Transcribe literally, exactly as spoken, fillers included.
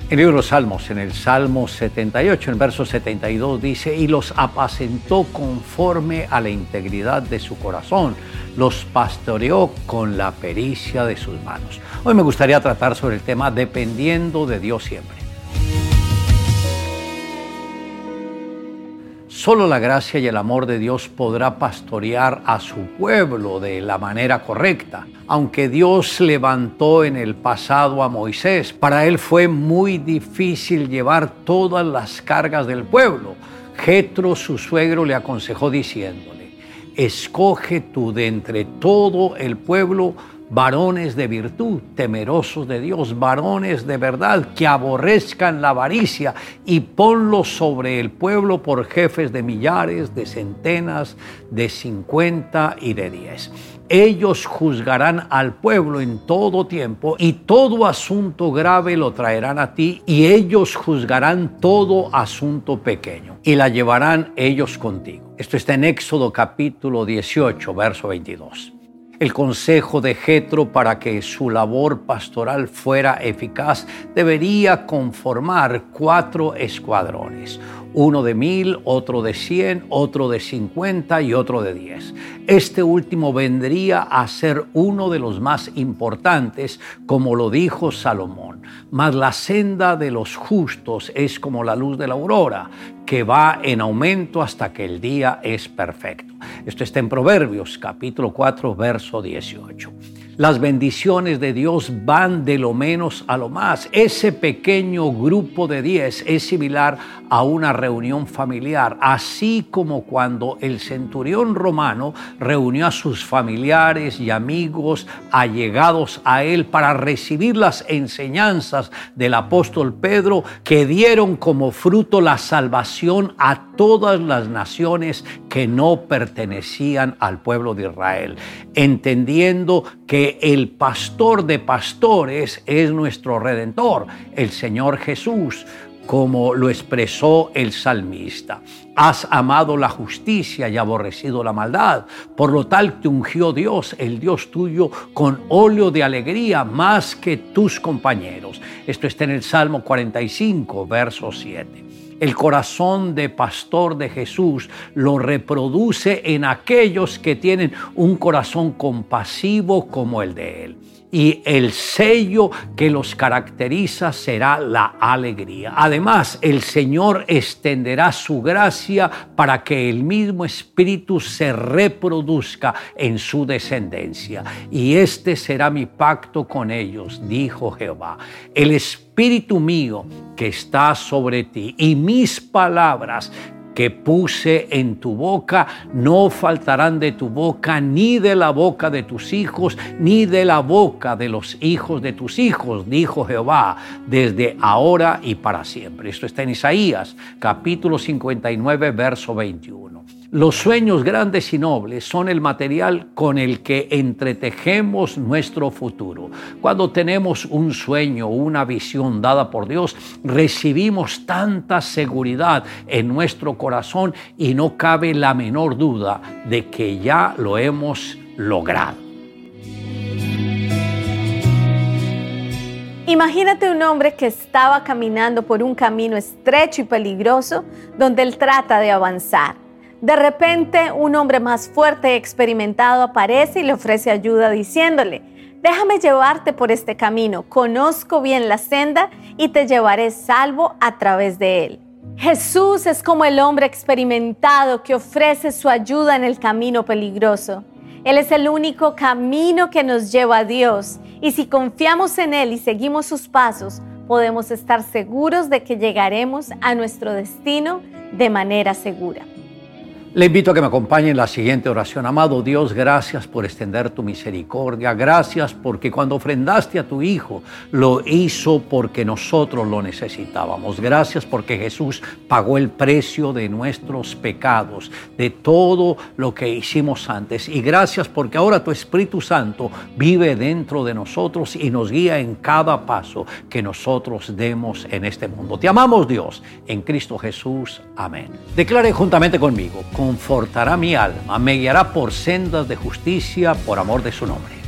El libro de los Salmos, en el Salmo setenta y ocho, en el verso setenta y dos, dice: y los apacentó conforme a la integridad de su corazón, los pastoreó con la pericia de sus manos. Hoy me gustaría tratar sobre el tema dependiendo de Dios siempre. Solo la gracia y el amor de Dios podrá pastorear a su pueblo de la manera correcta. Aunque Dios levantó en el pasado a Moisés, para él fue muy difícil llevar todas las cargas del pueblo. Jetro, su suegro, le aconsejó diciéndole: escoge tú de entre todo el pueblo varones de virtud, temerosos de Dios, varones de verdad, que aborrezcan la avaricia, y ponlos sobre el pueblo por jefes de millares, de centenas, de cincuenta y de diez. Ellos juzgarán al pueblo en todo tiempo, y todo asunto grave lo traerán a ti, y ellos juzgarán todo asunto pequeño, y la llevarán ellos contigo. Esto está en Éxodo capítulo dieciocho, verso veintidós. El consejo de Jetro para que su labor pastoral fuera eficaz debería conformar cuatro escuadrones: uno de mil, otro de cien, otro de cincuenta y otro de diez. Este último vendría a ser uno de los más importantes, como lo dijo Salomón. Mas la senda de los justos es como la luz de la aurora, que va en aumento hasta que el día es perfecto. Esto está en Proverbios, capítulo cuatro, verso dieciocho. Las bendiciones de Dios van de lo menos a lo más. Ese pequeño grupo de diez es similar a una reunión familiar, así como cuando el centurión romano reunió a sus familiares y amigos allegados a él para recibir las enseñanzas del apóstol Pedro, que dieron como fruto la salvación a todas las naciones que no pertenecían al pueblo de Israel, entendiendo que el pastor de pastores es nuestro Redentor, el Señor Jesús, como lo expresó el salmista. Has amado la justicia y aborrecido la maldad, por lo tal te ungió Dios, el Dios tuyo, con óleo de alegría más que tus compañeros. Esto está en el Salmo cuarenta y cinco, verso siete. El corazón de pastor de Jesús lo reproduce en aquellos que tienen un corazón compasivo como el de él. Y el sello que los caracteriza será la alegría. Además, el Señor extenderá su gracia para que el mismo Espíritu se reproduzca en su descendencia. Y este será mi pacto con ellos, dijo Jehová. El Espíritu mío que está sobre ti y mis palabras que puse en tu boca no faltarán de tu boca, ni de la boca de tus hijos, ni de la boca de los hijos de tus hijos, dijo Jehová, desde ahora y para siempre. Esto está en Isaías, capítulo cincuenta y nueve, verso veintiuno. Los sueños grandes y nobles son el material con el que entretejemos nuestro futuro. Cuando tenemos un sueño o una visión dada por Dios, recibimos tanta seguridad en nuestro corazón y no cabe la menor duda de que ya lo hemos logrado. Imagínate un hombre que estaba caminando por un camino estrecho y peligroso donde él trata de avanzar. De repente, un hombre más fuerte y experimentado aparece y le ofrece ayuda diciéndole: déjame llevarte por este camino, conozco bien la senda y te llevaré salvo a través de él. Jesús es como el hombre experimentado que ofrece su ayuda en el camino peligroso. Él es el único camino que nos lleva a Dios, y si confiamos en Él y seguimos sus pasos, podemos estar seguros de que llegaremos a nuestro destino de manera segura. Le invito a que me acompañe en la siguiente oración. Amado Dios, gracias por extender tu misericordia. Gracias porque cuando ofrendaste a tu Hijo, lo hizo porque nosotros lo necesitábamos. Gracias porque Jesús pagó el precio de nuestros pecados, de todo lo que hicimos antes. Y gracias porque ahora tu Espíritu Santo vive dentro de nosotros y nos guía en cada paso que nosotros demos en este mundo. Te amamos, Dios, en Cristo Jesús. Amén. Declare juntamente conmigo: confortará mi alma, me guiará por sendas de justicia por amor de su nombre.